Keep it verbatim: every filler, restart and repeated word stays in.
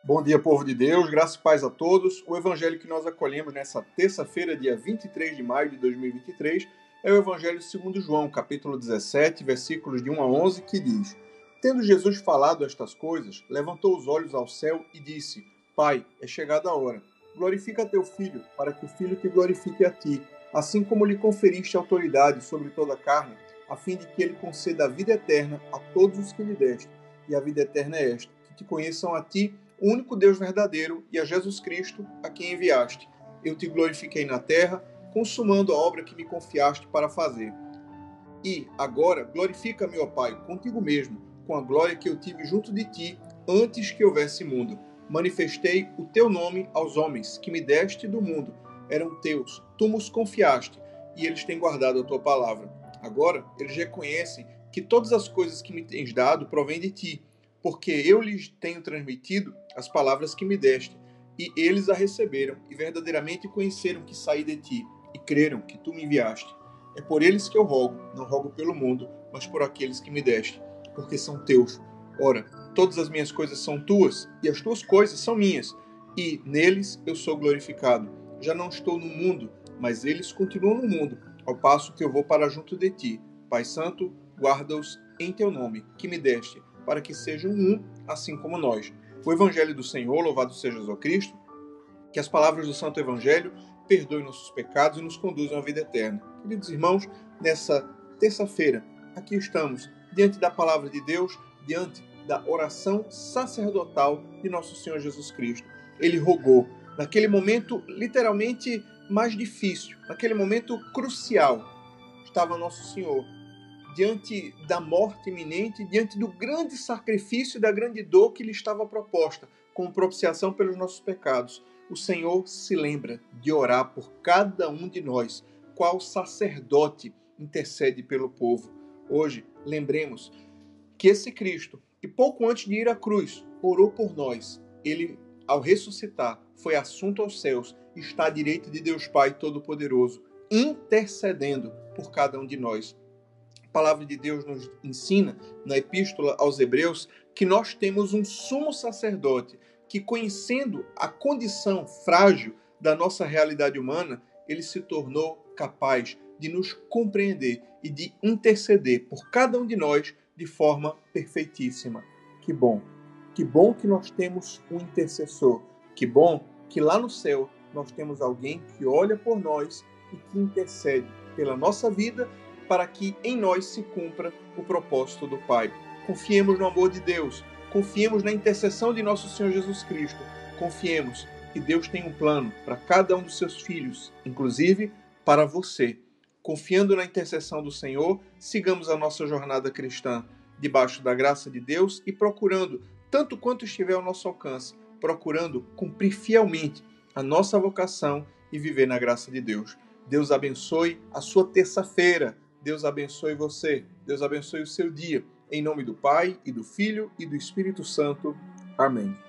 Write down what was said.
Bom dia, povo de Deus, graça e paz a todos. O evangelho que nós acolhemos nessa terça-feira, dia vinte e três de maio de dois mil e vinte e três, é o evangelho segundo João, capítulo dezessete, versículos de um a onze, que diz: Tendo Jesus falado estas coisas, levantou os olhos ao céu e disse: Pai, é chegada a hora. Glorifica teu Filho, para que o Filho te glorifique a ti, assim como lhe conferiste autoridade sobre toda a carne, a fim de que ele conceda a vida eterna a todos os que lhe deste. E a vida eterna é esta, que te conheçam a ti, o único Deus verdadeiro, e a Jesus Cristo, a quem enviaste. Eu te glorifiquei na terra, consumando a obra que me confiaste para fazer. E, agora, glorifica-me, ó Pai, contigo mesmo, com a glória que eu tive junto de ti, antes que houvesse mundo. Manifestei o teu nome aos homens, que me deste do mundo. Eram teus, tu nos confiaste, e eles têm guardado a tua palavra. Agora, eles reconhecem que todas as coisas que me tens dado provêm de ti, porque eu lhes tenho transmitido as palavras que me deste, e eles a receberam, e verdadeiramente conheceram que saí de ti, e creram que tu me enviaste. É por eles que eu rogo, não rogo pelo mundo, mas por aqueles que me deste, porque são teus. Ora, todas as minhas coisas são tuas, e as tuas coisas são minhas, e neles eu sou glorificado. Já não estou no mundo, mas eles continuam no mundo, ao passo que eu vou para junto de ti. Pai Santo, guarda-os em teu nome, que me deste, para que sejam um, assim como nós. O Evangelho do Senhor, louvado seja Jesus Cristo, que as palavras do Santo Evangelho perdoem nossos pecados e nos conduzam à vida eterna. Queridos irmãos, nessa terça-feira, aqui estamos, diante da palavra de Deus, diante da oração sacerdotal de nosso Senhor Jesus Cristo. Ele rogou, naquele momento literalmente mais difícil, naquele momento crucial, estava nosso Senhor, diante da morte iminente, diante do grande sacrifício e da grande dor que lhe estava proposta, como propiciação pelos nossos pecados. O Senhor se lembra de orar por cada um de nós, qual sacerdote intercede pelo povo. Hoje, lembremos que esse Cristo, que pouco antes de ir à cruz, orou por nós, ele, ao ressuscitar, foi assunto aos céus, está à direita de Deus Pai Todo-Poderoso, intercedendo por cada um de nós. A palavra de Deus nos ensina, na Epístola aos Hebreus, que nós temos um sumo sacerdote que, conhecendo a condição frágil da nossa realidade humana, ele se tornou capaz de nos compreender e de interceder por cada um de nós de forma perfeitíssima. Que bom! Que bom que nós temos um intercessor. Que bom que lá no céu nós temos alguém que olha por nós e que intercede pela nossa vida, para que em nós se cumpra o propósito do Pai. Confiemos no amor de Deus, confiemos na intercessão de nosso Senhor Jesus Cristo, confiemos que Deus tem um plano para cada um dos seus filhos, inclusive para você. Confiando na intercessão do Senhor, sigamos a nossa jornada cristã, debaixo da graça de Deus e procurando, tanto quanto estiver ao nosso alcance, procurando cumprir fielmente a nossa vocação e viver na graça de Deus. Deus abençoe a sua terça-feira. Deus abençoe você. Deus abençoe o seu dia. Em nome do Pai, e do Filho, e do Espírito Santo. Amém.